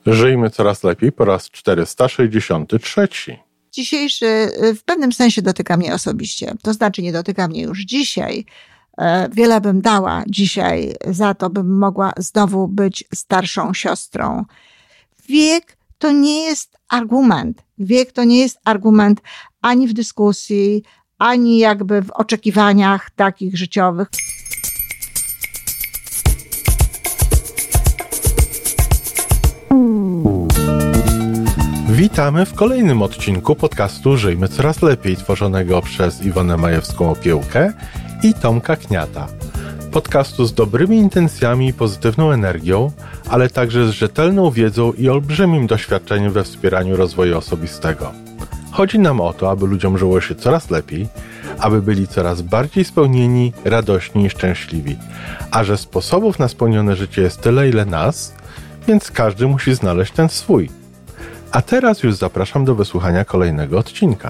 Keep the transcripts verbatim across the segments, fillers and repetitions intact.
Żyjmy coraz lepiej po raz czterysta sześćdziesiąty trzeci. Dzisiejszy w pewnym sensie dotyka mnie osobiście. To znaczy nie dotyka mnie już dzisiaj. Wiele bym dała dzisiaj za to, bym mogła znowu być starszą siostrą. Wiek to nie jest argument. Wiek to nie jest argument ani w dyskusji, ani jakby w oczekiwaniach takich życiowych. Witamy w kolejnym odcinku podcastu Żyjmy Coraz Lepiej, tworzonego przez Iwonę Majewską-Opiełkę i Tomka Kniata. Podcastu z dobrymi intencjami i pozytywną energią, ale także z rzetelną wiedzą i olbrzymim doświadczeniem we wspieraniu rozwoju osobistego. Chodzi nam o to, aby ludziom żyło się coraz lepiej, aby byli coraz bardziej spełnieni, radośni i szczęśliwi. A że sposobów na spełnione życie jest tyle, ile nas, więc każdy musi znaleźć ten swój. A teraz już zapraszam do wysłuchania kolejnego odcinka.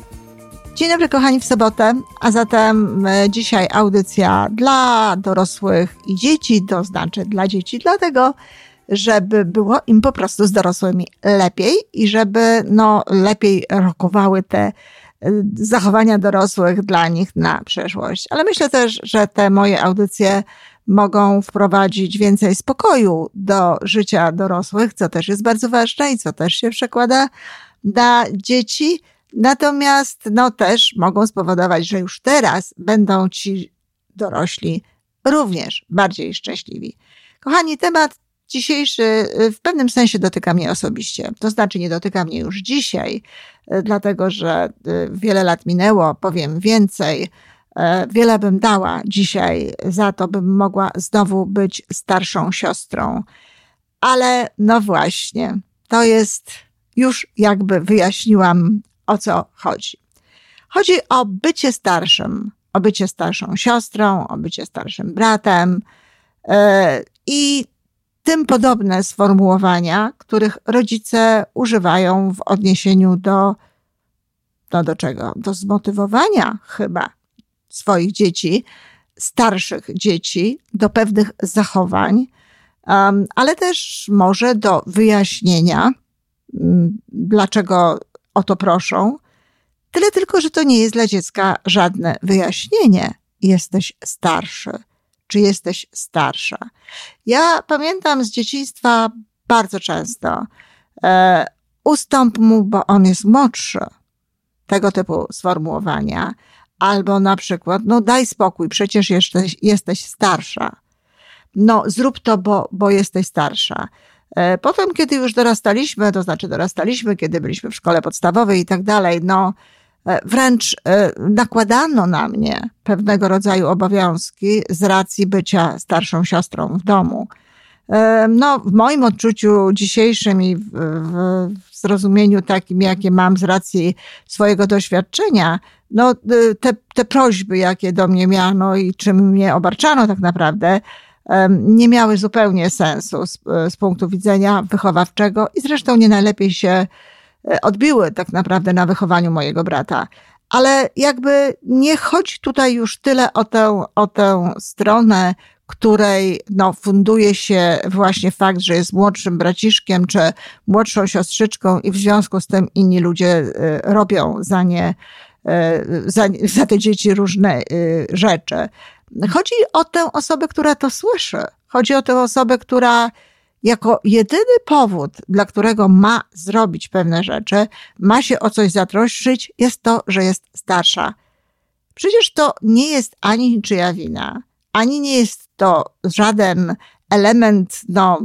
Dzień dobry kochani w sobotę, a zatem dzisiaj audycja dla dorosłych i dzieci, to znaczy dla dzieci, dlatego żeby było im po prostu z dorosłymi lepiej i żeby no, lepiej rokowały te zachowania dorosłych dla nich na przyszłość. Ale myślę też, że te moje audycje mogą wprowadzić więcej spokoju do życia dorosłych, co też jest bardzo ważne i co też się przekłada na dzieci. Natomiast no też mogą spowodować, że już teraz będą ci dorośli również bardziej szczęśliwi. Kochani, temat dzisiejszy w pewnym sensie dotyka mnie osobiście. To znaczy nie dotyka mnie już dzisiaj, dlatego że wiele lat minęło, powiem więcej. Wiele bym dała dzisiaj za to, bym mogła znowu być starszą siostrą. Ale no właśnie, to jest, już jakby wyjaśniłam, o co chodzi. Chodzi o bycie starszym, o bycie starszą siostrą, o bycie starszym bratem yy, i tym podobne sformułowania, których rodzice używają w odniesieniu do, no do czego? Do zmotywowania chyba swoich dzieci, starszych dzieci, do pewnych zachowań, um, ale też może do wyjaśnienia, um, dlaczego o to proszą. Tyle tylko, że to nie jest dla dziecka żadne wyjaśnienie. Jesteś starszy, czy jesteś starsza. Ja pamiętam z dzieciństwa bardzo często e, ustąp mu, bo on jest młodszy. Tego typu sformułowania. Albo na przykład, no daj spokój, przecież jesteś, jesteś starsza. No zrób to, bo, bo jesteś starsza. Potem, kiedy już dorastaliśmy, to znaczy dorastaliśmy, kiedy byliśmy w szkole podstawowej i tak dalej, no wręcz nakładano na mnie pewnego rodzaju obowiązki z racji bycia starszą siostrą w domu. No w moim odczuciu dzisiejszym i w, w zrozumieniu takim, jakie mam z racji swojego doświadczenia, no te, te prośby, jakie do mnie miano i czym mnie obarczano tak naprawdę, nie miały zupełnie sensu z, z punktu widzenia wychowawczego i zresztą nie najlepiej się odbiły tak naprawdę na wychowaniu mojego brata. Ale jakby nie chodzi tutaj już tyle o tę, o tę stronę, której no, funduje się właśnie fakt, że jest młodszym braciszkiem czy młodszą siostrzyczką i w związku z tym inni ludzie robią za nie, za, za te dzieci różne rzeczy. Chodzi o tę osobę, która to słyszy. Chodzi o tę osobę, która jako jedyny powód, dla którego ma zrobić pewne rzeczy, ma się o coś zatroszczyć, jest to, że jest starsza. Przecież to nie jest ani niczyja wina, ani nie jest to żaden element no,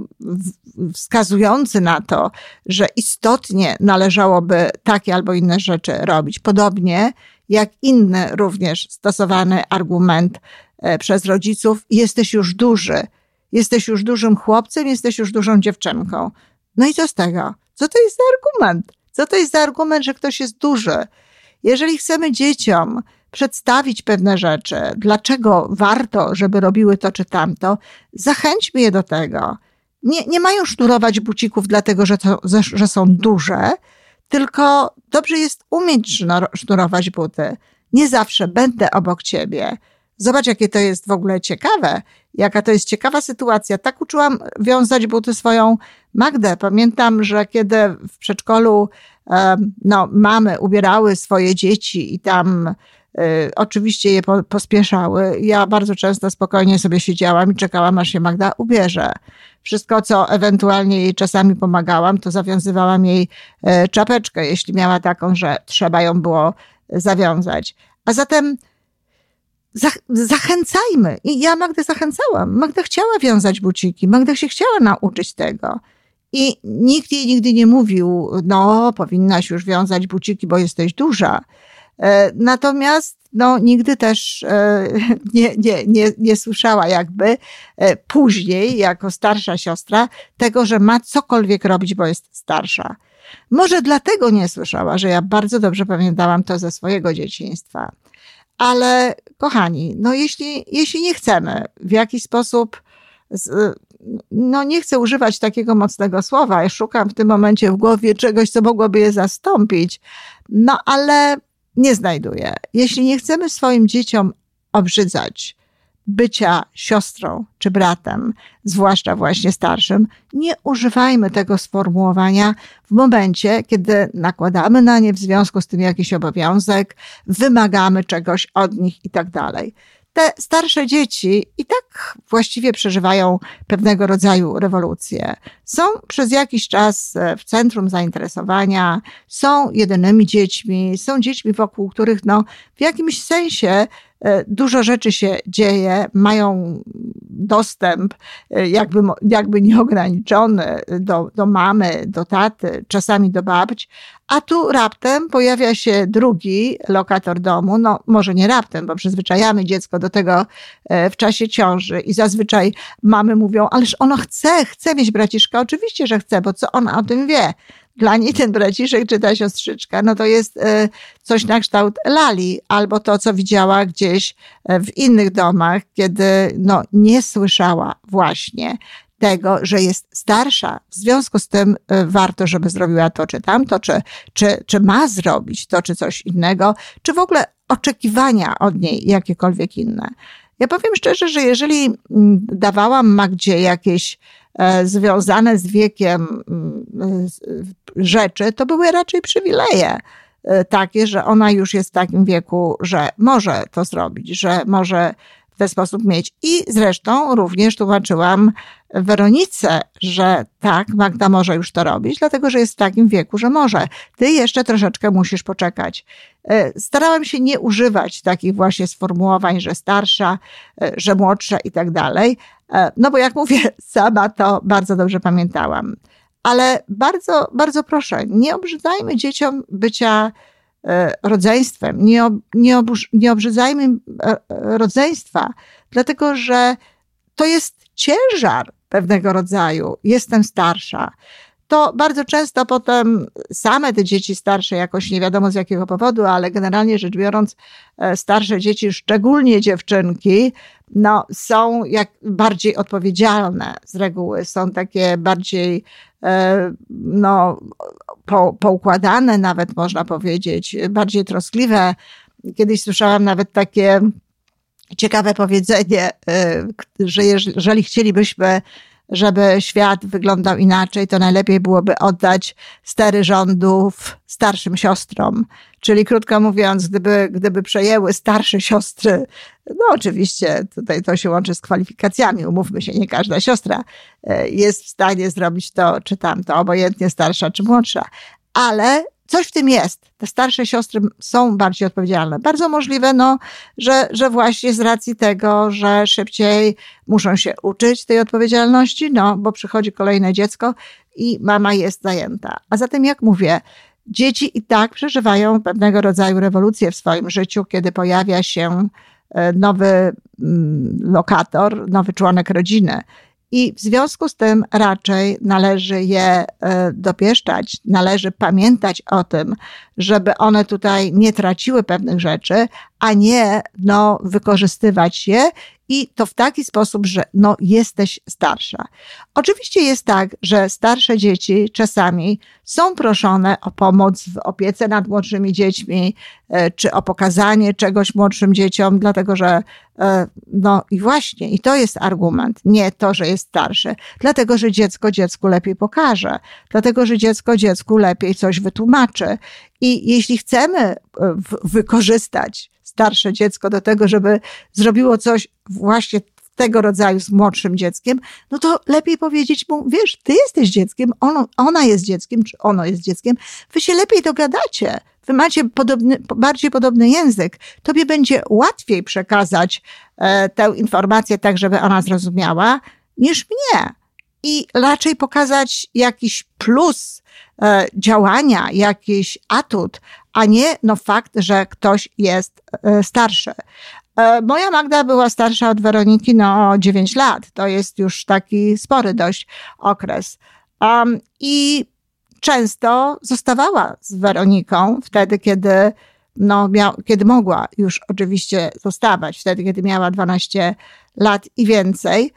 wskazujący na to, że istotnie należałoby takie albo inne rzeczy robić. Podobnie jak inny również stosowany argument przez rodziców, jesteś już duży, jesteś już dużym chłopcem, jesteś już dużą dziewczynką. No i co z tego? Co to jest za argument? Co to jest za argument, że ktoś jest duży? Jeżeli chcemy dzieciom przedstawić pewne rzeczy, dlaczego warto, żeby robiły to czy tamto, zachęćmy je do tego. Nie, nie mają sznurować bucików dlatego, że, to, że są duże, tylko dobrze jest umieć sznurować buty. Nie zawsze będę obok ciebie. Zobacz, jakie to jest w ogóle ciekawe, jaka to jest ciekawa sytuacja. Tak uczyłam wiązać buty swoją Magdę. Pamiętam, że kiedy w przedszkolu no, mamy ubierały swoje dzieci i tam y, oczywiście je po, pospieszały, ja bardzo często spokojnie sobie siedziałam i czekałam, aż się Magda ubierze. Wszystko, co ewentualnie jej czasami pomagałam, to zawiązywałam jej y, czapeczkę, jeśli miała taką, że trzeba ją było zawiązać. A zatem Zach- zachęcajmy. I ja Magdę zachęcałam. Magda chciała wiązać buciki. Magda się chciała nauczyć tego. I nikt jej nigdy nie mówił, no, powinnaś już wiązać buciki, bo jesteś duża. Natomiast no, nigdy też nie, nie, nie, nie słyszała jakby później, jako starsza siostra, tego, że ma cokolwiek robić, bo jest starsza. Może dlatego nie słyszała, że ja bardzo dobrze pamiętałam to ze swojego dzieciństwa. Ale kochani, no jeśli, jeśli nie chcemy w jakiś sposób, z, no nie chcę używać takiego mocnego słowa, ja szukam w tym momencie w głowie czegoś, co mogłoby je zastąpić, no ale nie znajduję. Jeśli nie chcemy swoim dzieciom obrzydzać bycia siostrą czy bratem, zwłaszcza właśnie starszym, nie używajmy tego sformułowania w momencie, kiedy nakładamy na nie w związku z tym jakiś obowiązek, wymagamy czegoś od nich i tak dalej. Te starsze dzieci i tak właściwie przeżywają pewnego rodzaju rewolucję. Są przez jakiś czas w centrum zainteresowania, są jedynymi dziećmi, są dziećmi, wokół których no, w jakimś sensie dużo rzeczy się dzieje, mają dostęp jakby, jakby nieograniczony do, do mamy, do taty, czasami do babci, a tu raptem pojawia się drugi lokator domu, no może nie raptem, bo przyzwyczajamy dziecko do tego w czasie ciąży i zazwyczaj mamy mówią, ależ ono chce, chce mieć braciszka, oczywiście, że chce, bo co ona o tym wie? Dla niej ten braciszek czy ta siostrzyczka, no to jest coś na kształt lali, albo to, co widziała gdzieś w innych domach, kiedy no, nie słyszała właśnie tego, że jest starsza. W związku z tym warto, żeby zrobiła to czy tamto, czy, czy, czy ma zrobić to, czy coś innego, czy w ogóle oczekiwania od niej jakiekolwiek inne. Ja powiem szczerze, że jeżeli dawałam Magdzie jakieś związane z wiekiem rzeczy, to były raczej przywileje takie, że ona już jest w takim wieku, że może to zrobić, że może w ten sposób mieć. I zresztą również tłumaczyłam Weronice, że tak, Magda może już to robić, dlatego że jest w takim wieku, że może. Ty jeszcze troszeczkę musisz poczekać. Starałam się nie używać takich właśnie sformułowań, że starsza, że młodsza i tak dalej. No bo jak mówię, sama to bardzo dobrze pamiętałam. Ale bardzo, bardzo proszę, nie obrzydzajmy dzieciom bycia rodzeństwem, nie, ob, nie, oburz, nie obrzydzajmy rodzeństwa, dlatego że to jest ciężar pewnego rodzaju. Jestem starsza. To bardzo często potem same te dzieci starsze, jakoś nie wiadomo z jakiego powodu, ale generalnie rzecz biorąc, starsze dzieci, szczególnie dziewczynki, no, są jak bardziej odpowiedzialne z reguły, są takie bardziej no, po, poukładane nawet można powiedzieć, bardziej troskliwe. Kiedyś słyszałam nawet takie ciekawe powiedzenie, że jeżeli chcielibyśmy, żeby świat wyglądał inaczej, to najlepiej byłoby oddać stery rządów starszym siostrom. Czyli krótko mówiąc, gdyby, gdyby przejęły starsze siostry, no oczywiście tutaj to się łączy z kwalifikacjami, umówmy się, nie każda siostra jest w stanie zrobić to czy tamto, obojętnie starsza czy młodsza, ale coś w tym jest. Te starsze siostry są bardziej odpowiedzialne. Bardzo możliwe, no, że, że właśnie z racji tego, że szybciej muszą się uczyć tej odpowiedzialności, no, bo przychodzi kolejne dziecko i mama jest zajęta. A zatem, jak mówię, dzieci i tak przeżywają pewnego rodzaju rewolucję w swoim życiu, kiedy pojawia się nowy lokator, nowy członek rodziny. I w związku z tym raczej należy je dopieszczać, należy pamiętać o tym, żeby one tutaj nie traciły pewnych rzeczy, a nie no, wykorzystywać je I to w taki sposób, że no jesteś starsza. Oczywiście jest tak, że starsze dzieci czasami są proszone o pomoc w opiece nad młodszymi dziećmi, czy o pokazanie czegoś młodszym dzieciom, dlatego że no i właśnie, i to jest argument, nie to, że jest starsze, dlatego że dziecko dziecku lepiej pokaże, dlatego że dziecko dziecku lepiej coś wytłumaczy. I jeśli chcemy wykorzystać starsze dziecko do tego, żeby zrobiło coś właśnie tego rodzaju z młodszym dzieckiem, no to lepiej powiedzieć mu, wiesz, ty jesteś dzieckiem, ono, ona jest dzieckiem, czy ono jest dzieckiem, wy się lepiej dogadacie, wy macie podobny, bardziej podobny język, tobie będzie łatwiej przekazać e, tę informację tak, żeby ona zrozumiała, niż mnie. I raczej pokazać jakiś plus e, działania, jakiś atut, a nie no fakt, że ktoś jest e, starszy. E, moja Magda była starsza od Weroniki no o dziewięć lat. To jest już taki spory dość okres. Um, I często zostawała z Weroniką wtedy, kiedy, no, miał, kiedy mogła już oczywiście zostawać, wtedy, kiedy miała dwanaście lat i więcej.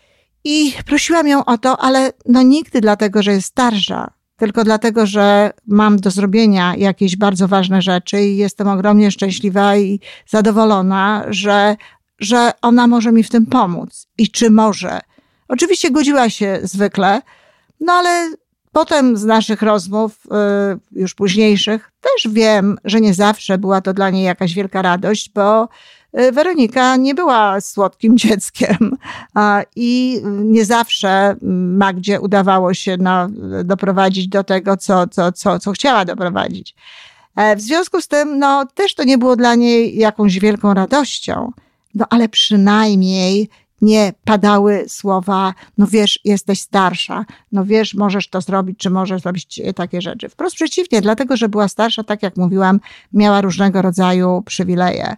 I prosiłam ją o to, ale no nigdy dlatego, że jest starsza, tylko dlatego, że mam do zrobienia jakieś bardzo ważne rzeczy i jestem ogromnie szczęśliwa i zadowolona, że, że ona może mi w tym pomóc. I czy może? Oczywiście godziła się zwykle, no ale potem z naszych rozmów, już późniejszych, też wiem, że nie zawsze była to dla niej jakaś wielka radość, bo Weronika nie była słodkim dzieckiem i nie zawsze Magdzie udawało się no, doprowadzić do tego, co, co, co, co chciała doprowadzić. W związku z tym no, też to nie było dla niej jakąś wielką radością, no ale przynajmniej nie padały słowa, no wiesz, jesteś starsza, no wiesz, możesz to zrobić, czy możesz zrobić takie rzeczy. Wprost przeciwnie, dlatego, że była starsza, tak jak mówiłam, miała różnego rodzaju przywileje.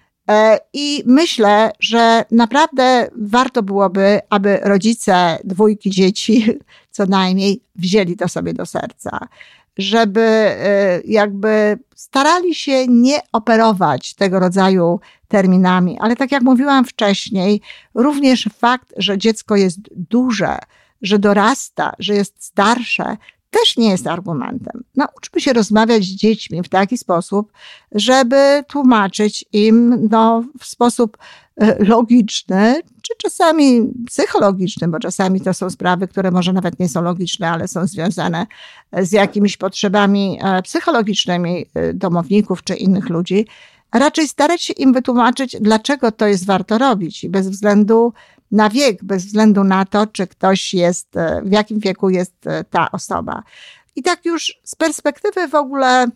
I myślę, że naprawdę warto byłoby, aby rodzice dwójki dzieci co najmniej wzięli to sobie do serca, żeby jakby starali się nie operować tego rodzaju terminami, ale tak jak mówiłam wcześniej, również fakt, że dziecko jest duże, że dorasta, że jest starsze, też nie jest argumentem. Nauczmy się rozmawiać z dziećmi w taki sposób, żeby tłumaczyć im no, w sposób logiczny, czy czasami psychologiczny, bo czasami to są sprawy, które może nawet nie są logiczne, ale są związane z jakimiś potrzebami psychologicznymi domowników czy innych ludzi. Raczej starać się im wytłumaczyć, dlaczego to jest warto robić i bez względu na wiek, bez względu na to, czy ktoś jest, w jakim wieku jest ta osoba. I tak już z perspektywy w ogóle,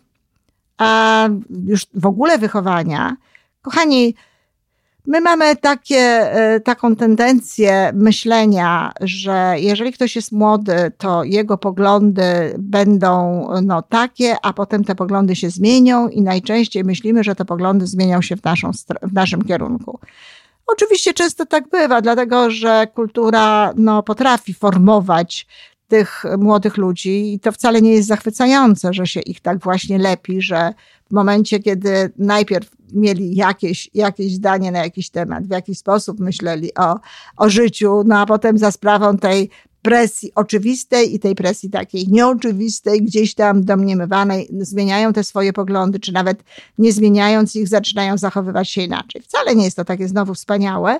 a już w ogóle wychowania, kochani, my mamy takie, taką tendencję myślenia, że jeżeli ktoś jest młody, to jego poglądy będą no, takie, a potem te poglądy się zmienią i najczęściej myślimy, że te poglądy zmienią się w, naszą, w naszym kierunku. Oczywiście często tak bywa, dlatego że kultura no, potrafi formować tych młodych ludzi i to wcale nie jest zachwycające, że się ich tak właśnie lepi, że w momencie, kiedy najpierw mieli jakieś, jakieś zdanie na jakiś temat, w jakiś sposób myśleli o, o życiu, no a potem za sprawą tej presji oczywistej i tej presji takiej nieoczywistej, gdzieś tam domniemywanej, zmieniają te swoje poglądy, czy nawet nie zmieniając ich, zaczynają zachowywać się inaczej. Wcale nie jest to takie znowu wspaniałe,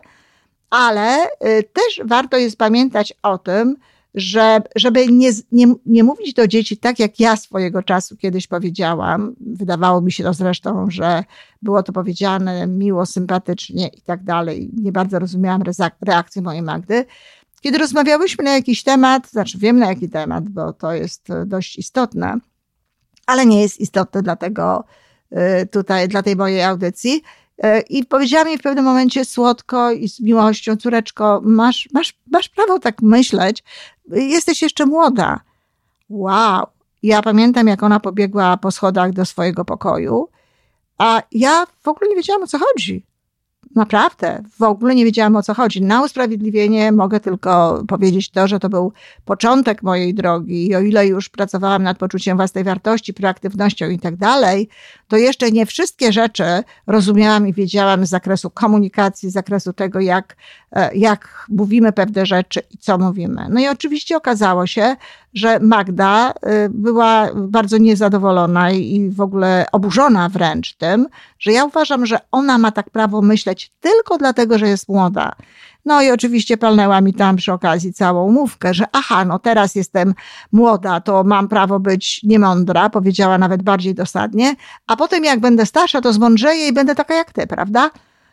ale też warto jest pamiętać o tym, że, żeby nie, nie, nie mówić do dzieci tak, jak ja swojego czasu kiedyś powiedziałam. Wydawało mi się to zresztą, że było to powiedziane miło, sympatycznie i tak dalej. Nie bardzo rozumiałam reakcję mojej Magdy. Kiedy rozmawiałyśmy na jakiś temat, znaczy wiem na jaki temat, bo to jest dość istotne, ale nie jest istotne dla tego, tutaj, dla tej mojej audycji. I powiedziała mi w pewnym momencie słodko i z miłością, córeczko, masz, masz, masz prawo tak myśleć, jesteś jeszcze młoda. Wow. Ja pamiętam, jak ona pobiegła po schodach do swojego pokoju, a ja w ogóle nie wiedziałam, o co chodzi. Naprawdę, w ogóle nie wiedziałam, o co chodzi. Na usprawiedliwienie mogę tylko powiedzieć to, że to był początek mojej drogi i o ile już pracowałam nad poczuciem własnej wartości, proaktywnością i tak dalej, to jeszcze nie wszystkie rzeczy rozumiałam i wiedziałam z zakresu komunikacji, z zakresu tego, jak, jak mówimy pewne rzeczy i co mówimy. No i oczywiście okazało się, że Magda była bardzo niezadowolona i w ogóle oburzona wręcz tym, że ja uważam, że ona ma tak prawo myśleć tylko dlatego, że jest młoda. No i oczywiście palnęła mi tam przy okazji całą mówkę, że aha, no teraz jestem młoda, to mam prawo być niemądra, powiedziała nawet bardziej dosadnie, a potem jak będę starsza, to zmądrzeję i będę taka jak ty, prawda?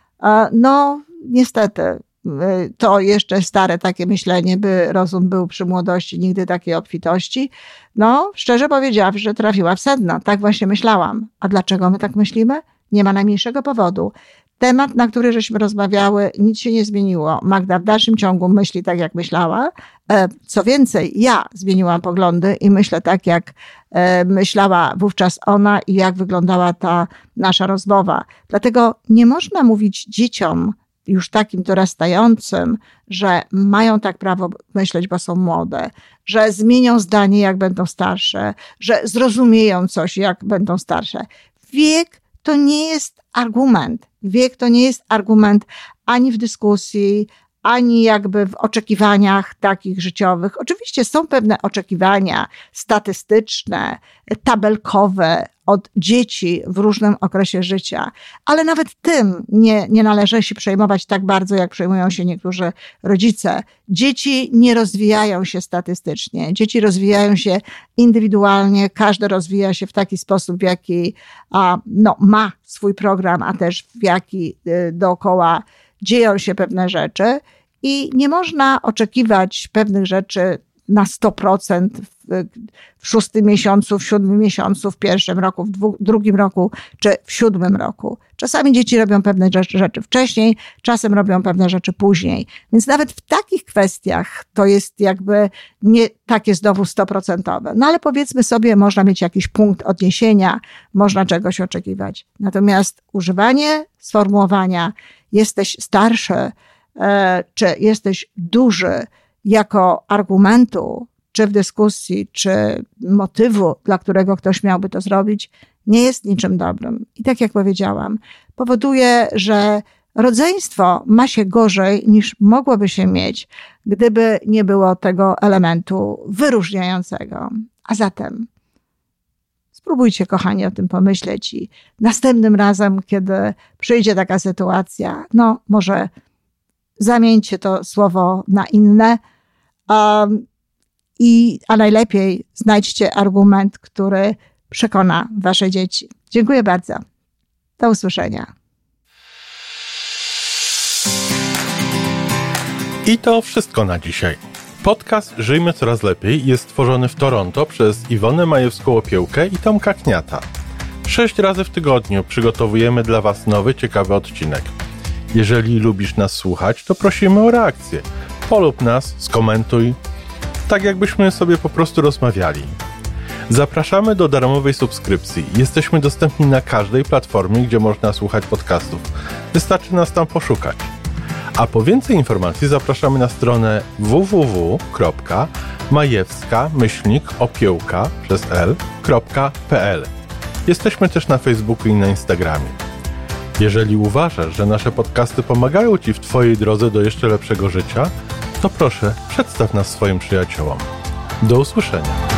No niestety. To jeszcze stare takie myślenie, by rozum był przy młodości, nigdy takiej obfitości. No, szczerze powiedziawszy, że trafiła w sedno. Tak właśnie myślałam. A dlaczego my tak myślimy? Nie ma najmniejszego powodu. Temat, na który żeśmy rozmawiały, nic się nie zmieniło. Magda w dalszym ciągu myśli tak, jak myślała. Co więcej, ja zmieniłam poglądy i myślę tak, jak myślała wówczas ona i jak wyglądała ta nasza rozmowa. Dlatego nie można mówić dzieciom, już takim dorastającym, że mają tak prawo myśleć, bo są młode, że zmienią zdanie, jak będą starsze, że zrozumieją coś, jak będą starsze. Wiek to nie jest argument. Wiek to nie jest argument ani w dyskusji, ani jakby w oczekiwaniach takich życiowych. Oczywiście są pewne oczekiwania statystyczne, tabelkowe od dzieci w różnym okresie życia, ale nawet tym nie, nie należy się przejmować tak bardzo, jak przejmują się niektórzy rodzice. Dzieci nie rozwijają się statystycznie. Dzieci rozwijają się indywidualnie. Każde rozwija się w taki sposób, w jaki a, no, ma swój program, a też w jaki y, dookoła dzieją się pewne rzeczy i nie można oczekiwać pewnych rzeczy na sto procent w, w szóstym miesiącu, w siódmym miesiącu, w pierwszym roku, w dwu, drugim roku czy w siódmym roku. Czasami dzieci robią pewne rzeczy, rzeczy wcześniej, czasem robią pewne rzeczy później. Więc nawet w takich kwestiach to jest jakby nie takie znowu stoprocentowe. No ale powiedzmy sobie, można mieć jakiś punkt odniesienia, można czegoś oczekiwać. Natomiast używanie sformułowania jesteś starszy, czy jesteś duży jako argumentu, czy w dyskusji, czy motywu, dla którego ktoś miałby to zrobić, nie jest niczym dobrym. I tak jak powiedziałam, powoduje, że rodzeństwo ma się gorzej niż mogłoby się mieć, gdyby nie było tego elementu wyróżniającego. A zatem spróbujcie, kochani, o tym pomyśleć i następnym razem, kiedy przyjdzie taka sytuacja, no może zamieńcie to słowo na inne, um, i, a najlepiej znajdźcie argument, który przekona wasze dzieci. Dziękuję bardzo. Do usłyszenia. I to wszystko na dzisiaj. Podcast Żyjmy Coraz Lepiej jest stworzony w Toronto przez Iwonę Majewską-Opiełkę i Tomka Kniata. Sześć razy w tygodniu przygotowujemy dla was nowy, ciekawy odcinek. Jeżeli lubisz nas słuchać, to prosimy o reakcję. Polub nas, skomentuj, tak jakbyśmy sobie po prostu rozmawiali. Zapraszamy do darmowej subskrypcji. Jesteśmy dostępni na każdej platformie, gdzie można słuchać podcastów. Wystarczy nas tam poszukać. A po więcej informacji zapraszamy na stronę w w w kropka majewska myślnik opiełka przez l kropka p l. Jesteśmy też na Facebooku i na Instagramie. Jeżeli uważasz, że nasze podcasty pomagają ci w twojej drodze do jeszcze lepszego życia, to proszę, przedstaw nas swoim przyjaciołom. Do usłyszenia.